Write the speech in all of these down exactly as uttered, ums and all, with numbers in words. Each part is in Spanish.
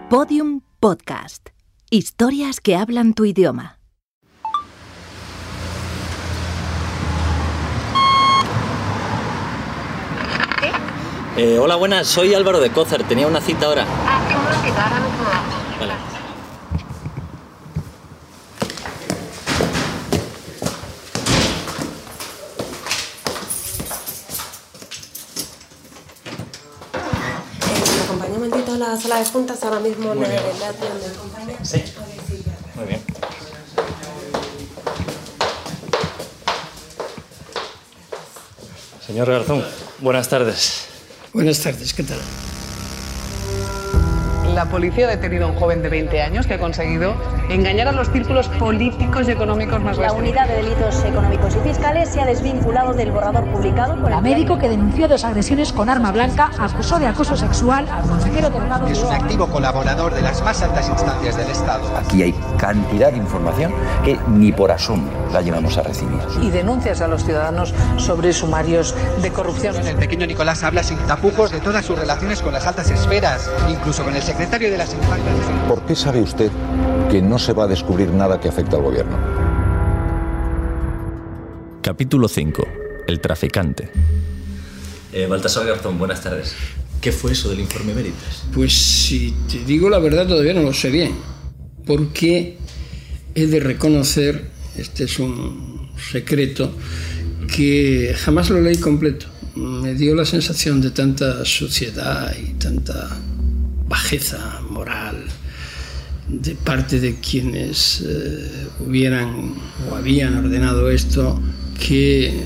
Podium Podcast. Historias que hablan tu idioma. ¿Sí? Eh, hola, buenas. Soy Álvaro de Cózar. Tenía una cita ahora. Ah, sí, un momentito. Ahora mismo vamos. Vale. A la sala de juntas ahora mismo le, le atiende el compañero. Sí, muy bien. Señor Garzón, buenas tardes. Buenas tardes, ¿qué tal? La policía ha detenido a un joven de veinte años que ha conseguido engañar a los círculos políticos y económicos más La Unidad de Delitos Económicos y Fiscales se ha desvinculado del borrador publicado por el... La médico que denunció dos agresiones con arma blanca acusó de acoso sexual al consejero delegado... Es un activo colaborador de las más altas instancias del Estado. Aquí hay cantidad de información que ni por asomo la llevamos a recibir. Y denuncias a los ciudadanos sobre sumarios de corrupción. El pequeño Nicolás habla sin tapujos de todas sus relaciones con las altas esferas, incluso con el secretario de las infancias. ¿Por qué sabe usted que no se va a descubrir nada que afecte al gobierno? Capítulo cinco. El traficante. Eh, Baltasar Garzón, buenas tardes. ¿Qué fue eso del informe Veritas? Pues si te digo la verdad todavía no lo sé bien, porque he de reconocer, este es un secreto, que jamás lo leí completo. Me dio la sensación de tanta suciedad y tanta bajeza moral de parte de quienes eh, hubieran o habían ordenado esto, que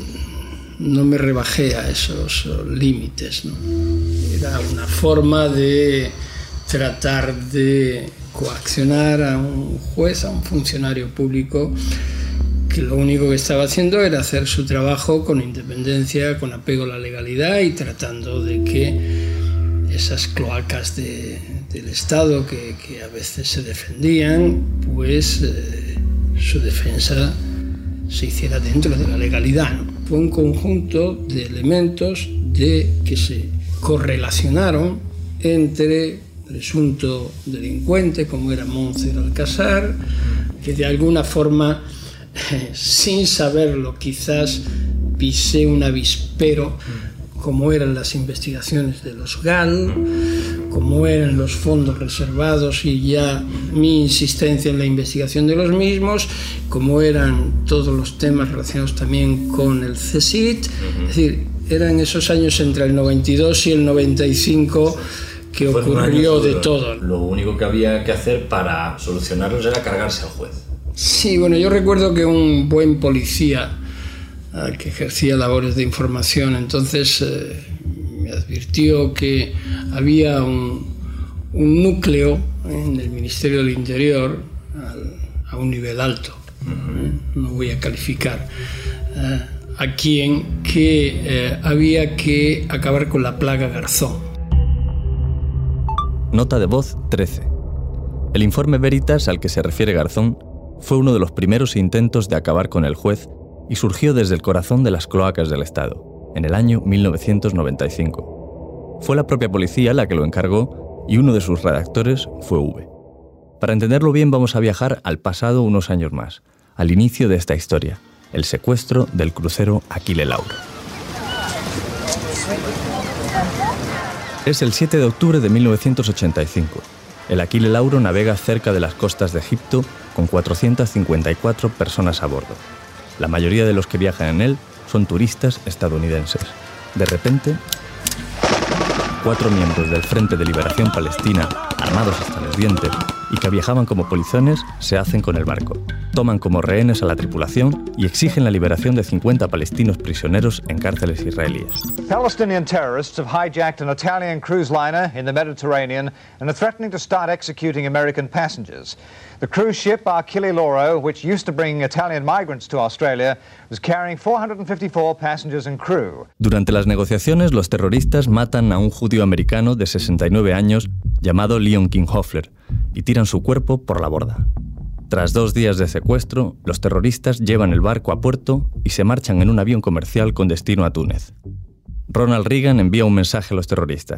no me rebajé a esos límites, ¿no? Era una forma de tratar de coaccionar a un juez, a un funcionario público, que lo único que estaba haciendo era hacer su trabajo con independencia, con apego a la legalidad y tratando de que esas cloacas de, del Estado que, que a veces se defendían, pues eh, su defensa se hiciera dentro de la legalidad, ¿no? Fue un conjunto de elementos de que se correlacionaron entre presunto delincuente, como era Monser Alcázar, que de alguna forma, eh, sin saberlo, quizás pisé un avispero, como eran las investigaciones de los G A L, como eran los fondos reservados y ya mi insistencia en la investigación de los mismos, como eran todos los temas relacionados también con el C S I T, es decir, eran esos años entre el noventa y dos y el noventa y cinco que Fue ocurrió de todo. Lo único que había que hacer para solucionarlos era cargarse al juez. Sí, bueno, yo recuerdo que un buen policía que ejercía labores de información, entonces eh, me advirtió que había un, un núcleo en el Ministerio del Interior al, a un nivel alto, ¿eh? No voy a calificar eh, a quien, que eh, había que acabar con la plaga Garzón. Nota de voz trece. El informe Veritas al que se refiere Garzón fue uno de los primeros intentos de acabar con el juez y surgió desde el corazón de las cloacas del Estado, en el año mil novecientos noventa y cinco. Fue la propia policía la que lo encargó y uno de sus redactores fue V. Para entenderlo bien vamos a viajar al pasado unos años más, al inicio de esta historia, el secuestro del crucero Aquile Lauro. Es el siete de octubre de mil novecientos ochenta y cinco. El Aquile Lauro navega cerca de las costas de Egipto con cuatrocientas cincuenta y cuatro personas a bordo. La mayoría de los que viajan en él son turistas estadounidenses. De repente, cuatro miembros del Frente de Liberación Palestina, armados hasta los dientes y que viajaban como polizones, se hacen con el barco. Toman como rehenes a la tripulación y exigen la liberación de cincuenta palestinos prisioneros en cárceles israelíes. Palestinian terrorists have hijacked an Italian cruise liner in the Mediterranean and are threatening to start executing American passengers. The cruise ship Aquile Lauro, which used to bring Italian migrants to Australia, was carrying four hundred fifty-four passengers and crew. Durante las negociaciones, los terroristas matan a un judío americano de sesenta y nueve años llamado Leon Kinghoffler y tiran su cuerpo por la borda. Tras dos días de secuestro, los terroristas llevan el barco a puerto y se marchan en un avión comercial con destino a Túnez. Ronald Reagan envía un mensaje a los terroristas.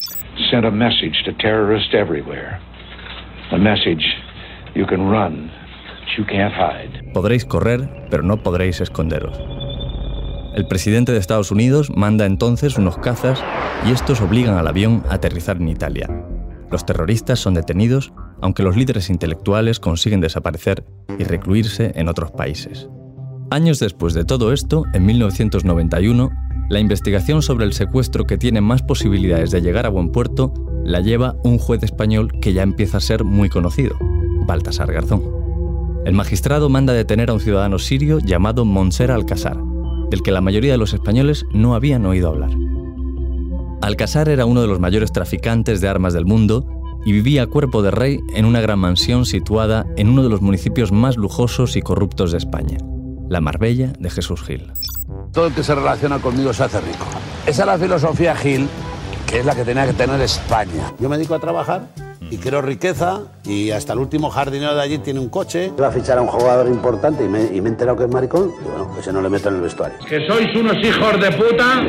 sent a message to terrorists everywhere. A message you can run, but you can't hide. Podréis correr, pero no podréis esconderos. El presidente de Estados Unidos manda entonces unos cazas y estos obligan al avión a aterrizar en Italia. Los terroristas son detenidos, aunque los líderes intelectuales consiguen desaparecer y recluirse en otros países. Años después de todo esto, en mil novecientos noventa y uno, la investigación sobre el secuestro que tiene más posibilidades de llegar a buen puerto la lleva un juez español que ya empieza a ser muy conocido, Baltasar Garzón. El magistrado manda detener a un ciudadano sirio llamado Monser Alcázar, del que la mayoría de los españoles no habían oído hablar. Alcázar era uno de los mayores traficantes de armas del mundo y vivía a cuerpo de rey en una gran mansión situada en uno de los municipios más lujosos y corruptos de España, la Marbella de Jesús Gil. Todo el que se relaciona conmigo se hace rico. Esa es la filosofía Gil, que es la que tenía que tener España. Yo me dedico a trabajar y quiero riqueza, y hasta el último jardinero de allí tiene un coche. Iba a fichar a un jugador importante y me, y me he enterado que es maricón, y bueno, que se no le meto en el vestuario. ¿Que sois unos hijos de puta?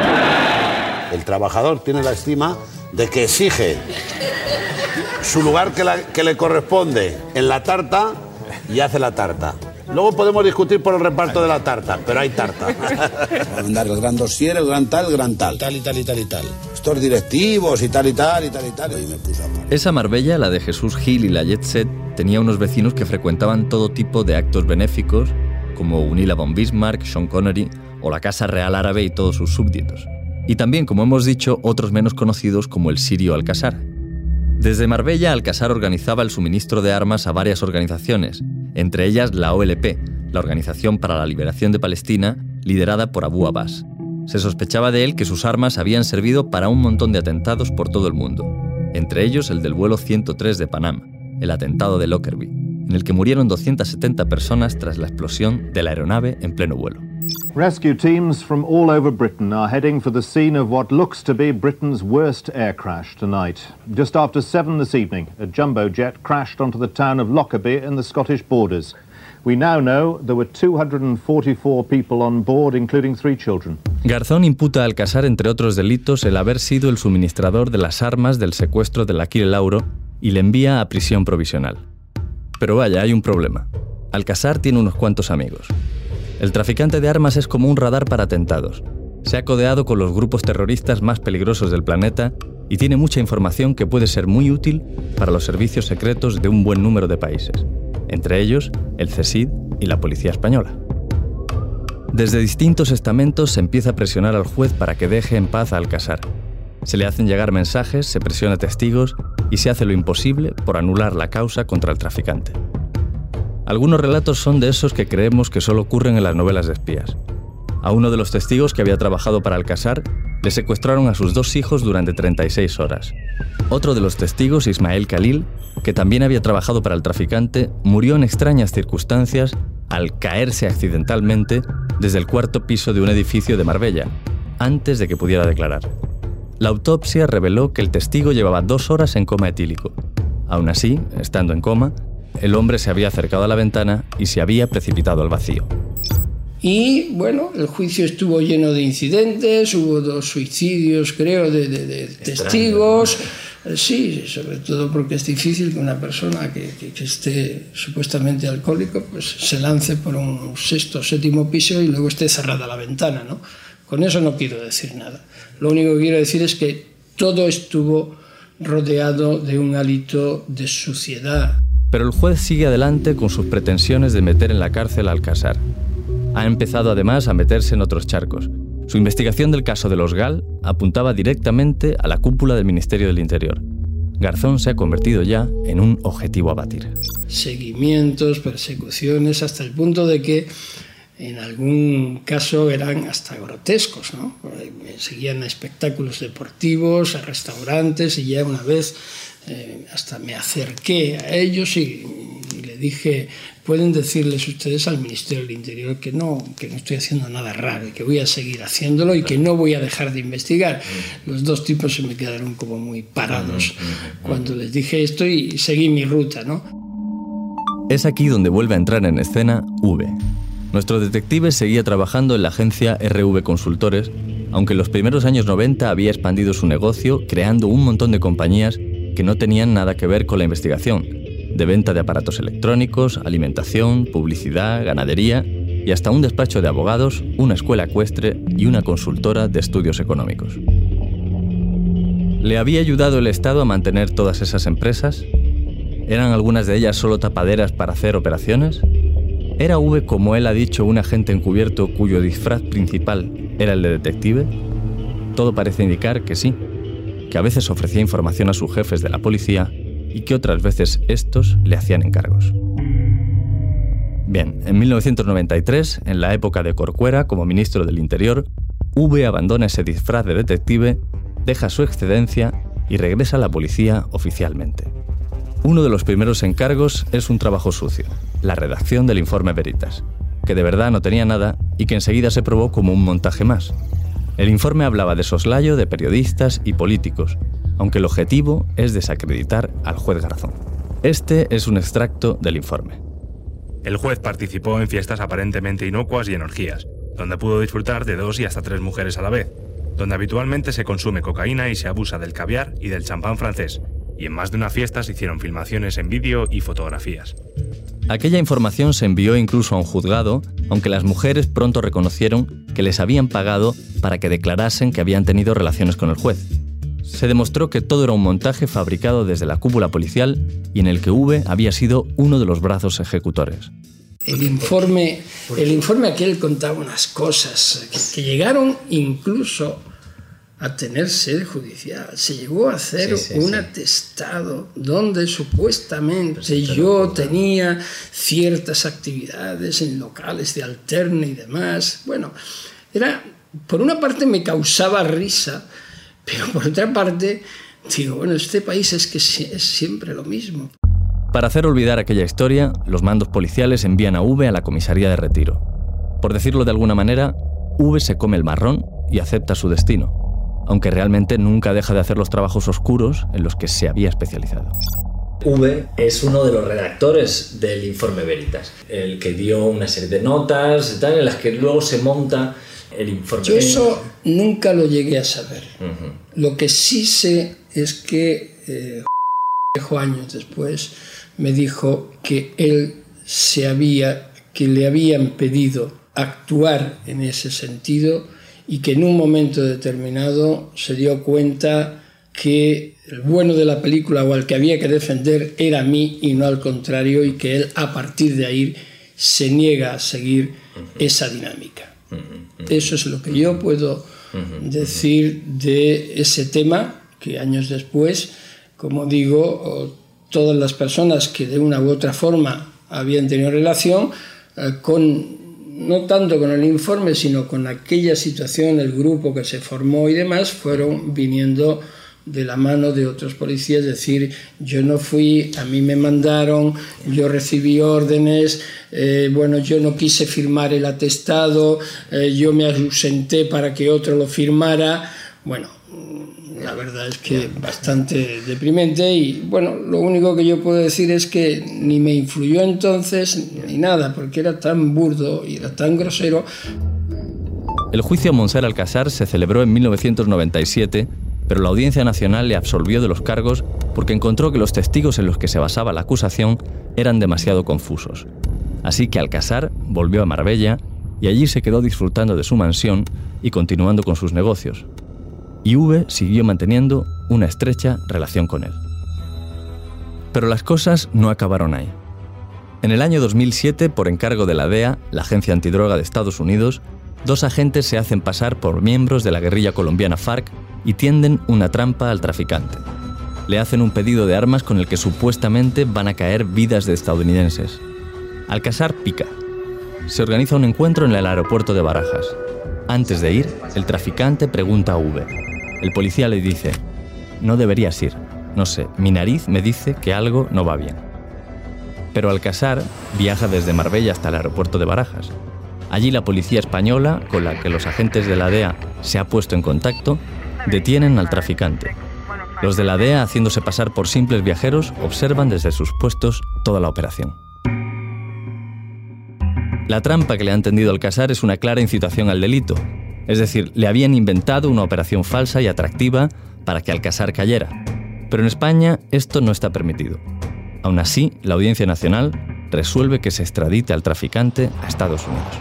El trabajador tiene la estima de que exige su lugar que, la, que le corresponde en la tarta y hace la tarta. Luego podemos discutir por el reparto de la tarta, pero hay tarta. Van a mandar el gran dossier, el gran tal, el gran tal, tal y tal y tal y tal. Estos directivos y tal y tal y tal y tal. Y me puse a parar. Esa Marbella, la de Jesús Gil y la Jet Set, tenía unos vecinos que frecuentaban todo tipo de actos benéficos, como Unila von Bismarck, Sean Connery o la Casa Real Árabe y todos sus súbditos. Y también, como hemos dicho, otros menos conocidos como el sirio Alcázar. Desde Marbella, Alcázar organizaba el suministro de armas a varias organizaciones, entre ellas la O L P, la Organización para la Liberación de Palestina, liderada por Abu Abbas. Se sospechaba de él que sus armas habían servido para un montón de atentados por todo el mundo, entre ellos el del vuelo ciento tres de Panam, el atentado de Lockerbie, en el que murieron doscientas setenta personas tras la explosión de la aeronave en pleno vuelo. Rescue teams from all over Britain are heading for the scene of what looks to be Britain's worst air crash tonight. Just after seven this evening, a jumbo jet crashed onto the town of Lockerbie in the Scottish borders. We now know there were two hundred forty-four people on board, including three children. Garzón imputa a Alcázar, entre otros delitos, el haber sido el suministrador de las armas del secuestro del Achille Lauro y le envía a prisión provisional. Pero vaya, hay un problema. Alcázar tiene unos cuantos amigos. El traficante de armas es como un radar para atentados. Se ha codeado con los grupos terroristas más peligrosos del planeta y tiene mucha información que puede ser muy útil para los servicios secretos de un buen número de países, entre ellos el C S I D y la Policía Española. Desde distintos estamentos se empieza a presionar al juez para que deje en paz a Alcázar. Se le hacen llegar mensajes, se presiona a testigos y se hace lo imposible por anular la causa contra el traficante. Algunos relatos son de esos que creemos que solo ocurren en las novelas de espías. A uno de los testigos que había trabajado para Alcázar le secuestraron a sus dos hijos durante treinta y seis horas. Otro de los testigos, Ismael Khalil, que también había trabajado para el traficante, murió en extrañas circunstancias al caerse accidentalmente desde el cuarto piso de un edificio de Marbella, antes de que pudiera declarar. La autopsia reveló que el testigo llevaba dos horas en coma etílico. Aún así, estando en coma, el hombre se había acercado a la ventana y se había precipitado al vacío. Y bueno, el juicio estuvo lleno de incidentes, hubo dos suicidios, creo, de, de, de testigos. Sí, sobre todo porque es difícil que una persona que, que, que esté supuestamente alcohólico pues se lance por un sexto o séptimo piso y luego esté cerrada la ventana, ¿no? Con eso no quiero decir nada. Lo único que quiero decir es que todo estuvo rodeado de un hálito de suciedad. Pero el juez sigue adelante con sus pretensiones de meter en la cárcel a Alcázar. Ha empezado además a meterse en otros charcos. Su investigación del caso de los Gal apuntaba directamente a la cúpula del Ministerio del Interior. Garzón se ha convertido ya en un objetivo a batir. Seguimientos, persecuciones, hasta el punto de que en algún caso eran hasta grotescos, ¿no? Me seguían a espectáculos deportivos, a restaurantes, y ya una vez eh, hasta me acerqué a ellos y, y le dije: pueden decirles ustedes al Ministerio del Interior que no, que no estoy haciendo nada raro y que voy a seguir haciéndolo y que no voy a dejar de investigar. Los dos tipos se me quedaron como muy parados cuando les dije esto y seguí mi ruta, ¿no? Es aquí donde vuelve a entrar en escena V. Nuestro detective seguía trabajando en la agencia R V Consultores aunque en los primeros años noventa había expandido su negocio creando un montón de compañías que no tenían nada que ver con la investigación, de venta de aparatos electrónicos, alimentación, publicidad, ganadería y hasta un despacho de abogados, una escuela ecuestre y una consultora de estudios económicos. ¿Le había ayudado el Estado a mantener todas esas empresas? ¿Eran algunas de ellas solo tapaderas para hacer operaciones? ¿Era V, como él ha dicho, un agente encubierto cuyo disfraz principal era el de detective? Todo parece indicar que sí, que a veces ofrecía información a sus jefes de la policía y que otras veces estos le hacían encargos. Bien, en mil novecientos noventa y tres, en la época de Corcuera como ministro del Interior, V abandona ese disfraz de detective, deja su excedencia y regresa a la policía oficialmente. Uno de los primeros encargos es un trabajo sucio, la redacción del informe Veritas, que de verdad no tenía nada y que enseguida se probó como un montaje más. El informe hablaba de soslayo de periodistas y políticos, aunque el objetivo es desacreditar al juez Garzón. Este es un extracto del informe. El juez participó en fiestas aparentemente inocuas y en orgías, donde pudo disfrutar de dos y hasta tres mujeres a la vez, donde habitualmente se consume cocaína y se abusa del caviar y del champán francés, y en más de una fiesta se hicieron filmaciones en vídeo y fotografías. Aquella información se envió incluso a un juzgado, aunque las mujeres pronto reconocieron que les habían pagado para que declarasen que habían tenido relaciones con el juez. Se demostró que todo era un montaje fabricado desde la cúpula policial y en el que V había sido uno de los brazos ejecutores. El informe, el informe aquel contaba unas cosas que, que llegaron incluso a tener sede judicial. Se llegó a hacer sí, sí, un sí. atestado donde supuestamente yo tenía ciertas actividades en locales de alterne y demás. Bueno, era, por una parte me causaba risa, pero por otra parte digo, bueno, este país es que es siempre lo mismo. Para hacer olvidar aquella historia, los mandos policiales envían a V a la comisaría de Retiro. Por decirlo de alguna manera, V se come el marrón y acepta su destino, aunque realmente nunca deja de hacer los trabajos oscuros en los que se había especializado. V es uno de los redactores del informe Veritas, el que dio una serie de notas y tal, en las que luego se monta el informe. Yo eso nunca lo llegué a saber. Uh-huh. Lo que sí sé es que eh, años después me dijo que él se había, que le habían pedido actuar en ese sentido y que en un momento determinado se dio cuenta que el bueno de la película o al que había que defender era a mí y no al contrario, y que él a partir de ahí se niega a seguir esa dinámica. Eso es lo que yo puedo decir de ese tema, que años después, como digo, todas las personas que de una u otra forma habían tenido relación eh, con no tanto con el informe, sino con aquella situación, el grupo que se formó y demás, fueron viniendo de la mano de otros policías, es decir, yo no fui, a mí me mandaron, yo recibí órdenes, eh, bueno, yo no quise firmar el atestado, eh, yo me ausenté para que otro lo firmara. Bueno, la verdad es que bastante deprimente y bueno, lo único que yo puedo decir es que ni me influyó entonces ni nada, porque era tan burdo y era tan grosero. El juicio a Montser Alcázar se celebró en mil novecientos noventa y siete, pero la Audiencia Nacional le absolvió de los cargos porque encontró que los testigos en los que se basaba la acusación eran demasiado confusos. Así que Alcázar volvió a Marbella y allí se quedó disfrutando de su mansión y continuando con sus negocios. Y V siguió manteniendo una estrecha relación con él. Pero las cosas no acabaron ahí. En el año dos mil siete, por encargo de la D E A, la Agencia Antidroga de Estados Unidos, dos agentes se hacen pasar por miembros de la guerrilla colombiana FARC y tienden una trampa al traficante. Le hacen un pedido de armas con el que supuestamente van a caer vidas de estadounidenses. Alcázar pica. Se organiza un encuentro en el aeropuerto de Barajas. Antes de ir, el traficante pregunta a V. El policía le dice, no deberías ir, no sé, mi nariz me dice que algo no va bien. Pero Alcázar viaja desde Marbella hasta el aeropuerto de Barajas. Allí la policía española, con la que los agentes de la D E A se ha puesto en contacto, detienen al traficante. Los de la D E A, haciéndose pasar por simples viajeros, observan desde sus puestos toda la operación. La trampa que le han tendido Alcázar es una clara incitación al delito. Es decir, le habían inventado una operación falsa y atractiva para que Alcásar cayera. Pero en España esto no está permitido. Aún así, la Audiencia Nacional resuelve que se extradite al traficante a Estados Unidos.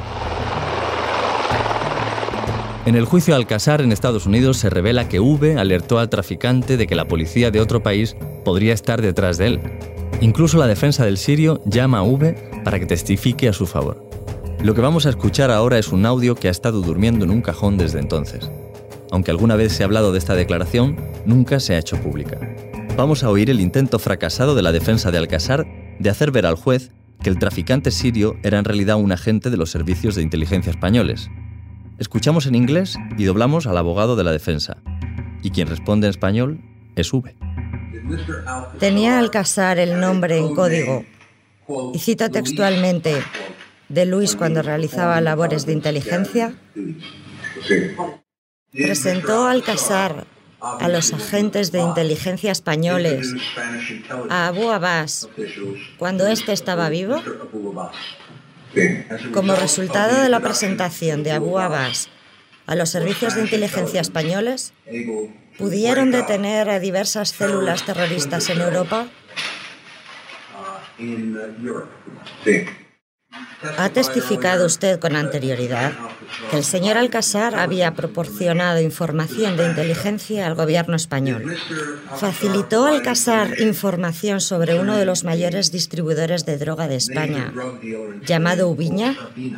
En el juicio de Alcásar en Estados Unidos se revela que V alertó al traficante de que la policía de otro país podría estar detrás de él. Incluso la defensa del sirio llama a V para que testifique a su favor. Lo que vamos a escuchar ahora es un audio que ha estado durmiendo en un cajón desde entonces. Aunque alguna vez se ha hablado de esta declaración, nunca se ha hecho pública. Vamos a oír el intento fracasado de la defensa de Alcásar de hacer ver al juez que el traficante sirio era en realidad un agente de los servicios de inteligencia españoles. Escuchamos en inglés y doblamos al abogado de la defensa. Y quien responde en español es V. Tenía Alcásar el nombre en código, y cito textualmente, de Luis cuando realizaba labores de inteligencia. Presentó Alcásar a los agentes de inteligencia españoles, a Abu Abbas, cuando éste estaba vivo. Como resultado de la presentación de Abu Abbas a los servicios de inteligencia españoles, ¿pudieron detener a diversas células terroristas en Europa? ¿Ha testificado usted con anterioridad que el señor Alcásar había proporcionado información de inteligencia al gobierno español? ¿Facilitó Alcásar información sobre uno de los mayores distribuidores de droga de España, llamado Ubiña?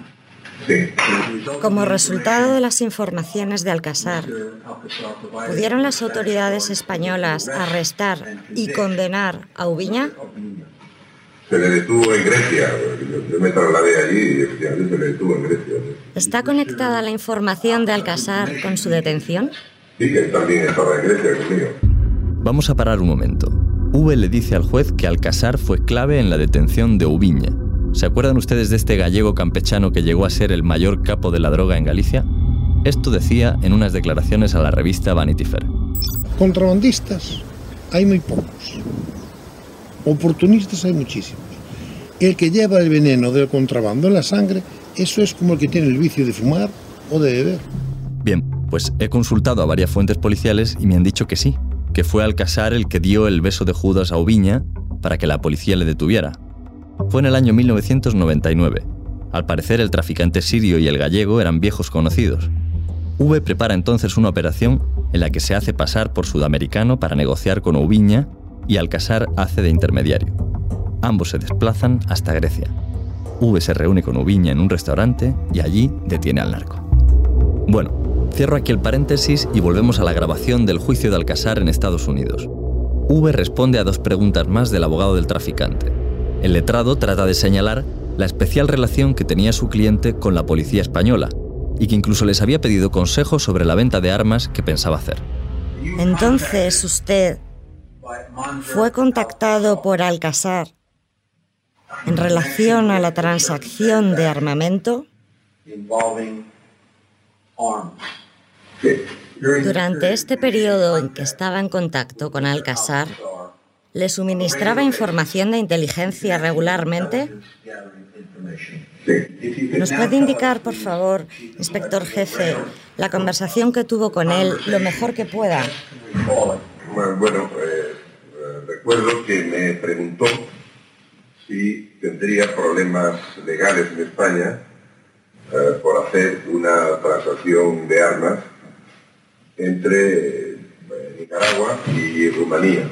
Como resultado de las informaciones de Alcásar, ¿pudieron las autoridades españolas arrestar y condenar a Ubiña? Se le detuvo en Grecia. Yo me trasladé allí y efectivamente se le detuvo en Grecia. ¿Está conectada la información de Alcásar con su detención? Sí, que él también estaba en Grecia conmigo. Vamos a parar un momento. V le dice al juez que Alcásar fue clave en la detención de Ubiña. ¿Se acuerdan ustedes de este gallego campechano que llegó a ser el mayor capo de la droga en Galicia? Esto decía en unas declaraciones a la revista Vanity Fair. Contrabandistas hay muy pocos. Oportunistas hay muchísimos. El que lleva el veneno del contrabando en la sangre, eso es como el que tiene el vicio de fumar o de beber. Bien, pues he consultado a varias fuentes policiales y me han dicho que sí, que fue Alcásar el que dio el beso de Judas a Ubiña para que la policía le detuviera. Fue en el año mil novecientos noventa y nueve. Al parecer el traficante sirio y el gallego eran viejos conocidos. V prepara entonces una operación en la que se hace pasar por sudamericano para negociar con Ubiña y Alcásar hace de intermediario. Ambos se desplazan hasta Grecia. V se reúne con Ubiña en un restaurante y allí detiene al narco. Bueno, cierro aquí el paréntesis y volvemos a la grabación del juicio de Alcásar en Estados Unidos. V responde a dos preguntas más del abogado del traficante. El letrado trata de señalar la especial relación que tenía su cliente con la policía española y que incluso les había pedido consejos sobre la venta de armas que pensaba hacer. Entonces usted fue contactado por Alcásar en relación a la transacción de armamento. Durante este periodo en que estaba en contacto con Alcásar, ¿le suministraba información de inteligencia regularmente? ¿Nos puede indicar, por favor, inspector jefe, la conversación que tuvo con él lo mejor que pueda? Bueno, eh, recuerdo que me preguntó si tendría problemas legales en España eh, por hacer una transacción de armas entre eh, Nicaragua y Rumanía.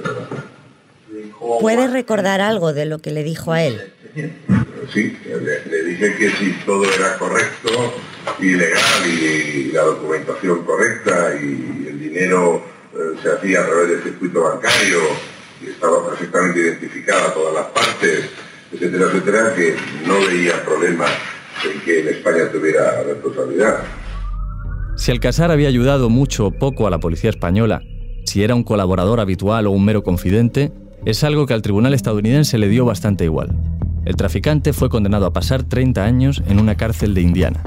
¿Puede recordar algo de lo que le dijo a él? Sí, le, le dije que si todo era correcto y legal y la documentación correcta y el dinero eh, se hacía a través del circuito bancario y estaba perfectamente identificada todas las partes, etcétera, etcétera, que no veía problema en que en España tuviera responsabilidad. Si Alcásar había ayudado mucho o poco a la policía española, si era un colaborador habitual o un mero confidente, es algo que al tribunal estadounidense le dio bastante igual. El traficante fue condenado a pasar treinta años en una cárcel de Indiana.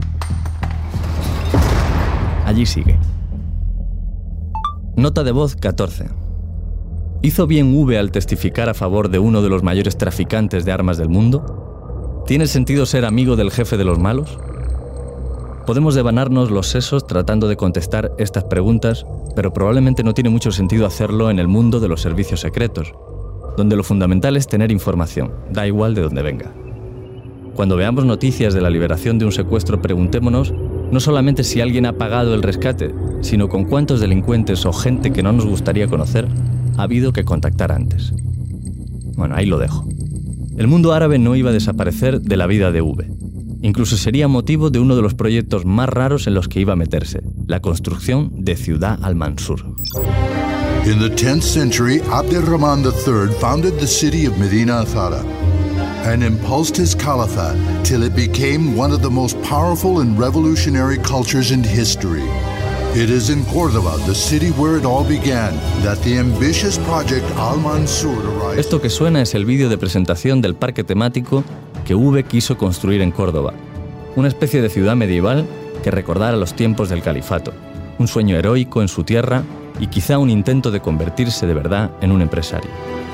Allí sigue. Nota de voz catorce. ¿Hizo bien V al testificar a favor de uno de los mayores traficantes de armas del mundo? ¿Tiene sentido ser amigo del jefe de los malos? Podemos devanarnos los sesos tratando de contestar estas preguntas, pero probablemente no tiene mucho sentido hacerlo en el mundo de los servicios secretos, donde lo fundamental es tener información, da igual de dónde venga. Cuando veamos noticias de la liberación de un secuestro, preguntémonos no solamente si alguien ha pagado el rescate, sino con cuántos delincuentes o gente que no nos gustaría conocer ha habido que contactar antes. Bueno, ahí lo dejo. El mundo árabe no iba a desaparecer de la vida de V. Incluso sería motivo de uno de los proyectos más raros en los que iba a meterse, la construcción de Ciudad al-Mansur. In the tenth century, Abd ar-Rahman the third founded the city of Medina Athara and impulsed his caliphate till it became one of the most powerful and revolutionary cultures in history. It is in Córdoba, the city where it all began, that the ambitious project Al-Mansur arises. Esto que suena es el vídeo de presentación del parque temático que V quiso construir en Córdoba, una especie de ciudad medieval que recordara los tiempos del califato, un sueño heroico en su tierra y quizá un intento de convertirse de verdad en un empresario.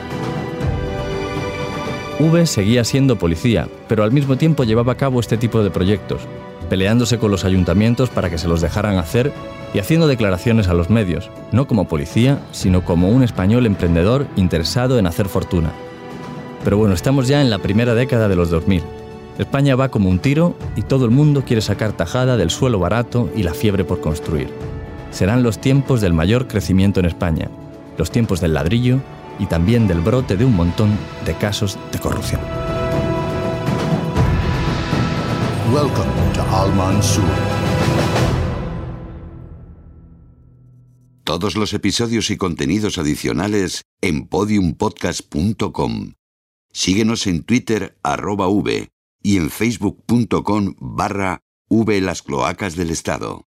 V seguía siendo policía, pero al mismo tiempo llevaba a cabo este tipo de proyectos, peleándose con los ayuntamientos para que se los dejaran hacer y haciendo declaraciones a los medios, no como policía, sino como un español emprendedor interesado en hacer fortuna. Pero bueno, estamos ya en la primera década de los dos mil. España va como un tiro y todo el mundo quiere sacar tajada del suelo barato y la fiebre por construir. Serán los tiempos del mayor crecimiento en España, los tiempos del ladrillo y también del brote de un montón de casos de corrupción. Welcome to Al-Mansur. Todos los episodios y contenidos adicionales en podium podcast punto com. Síguenos en Twitter, arroba V, y en facebook punto com barra V las cloacas del Estado.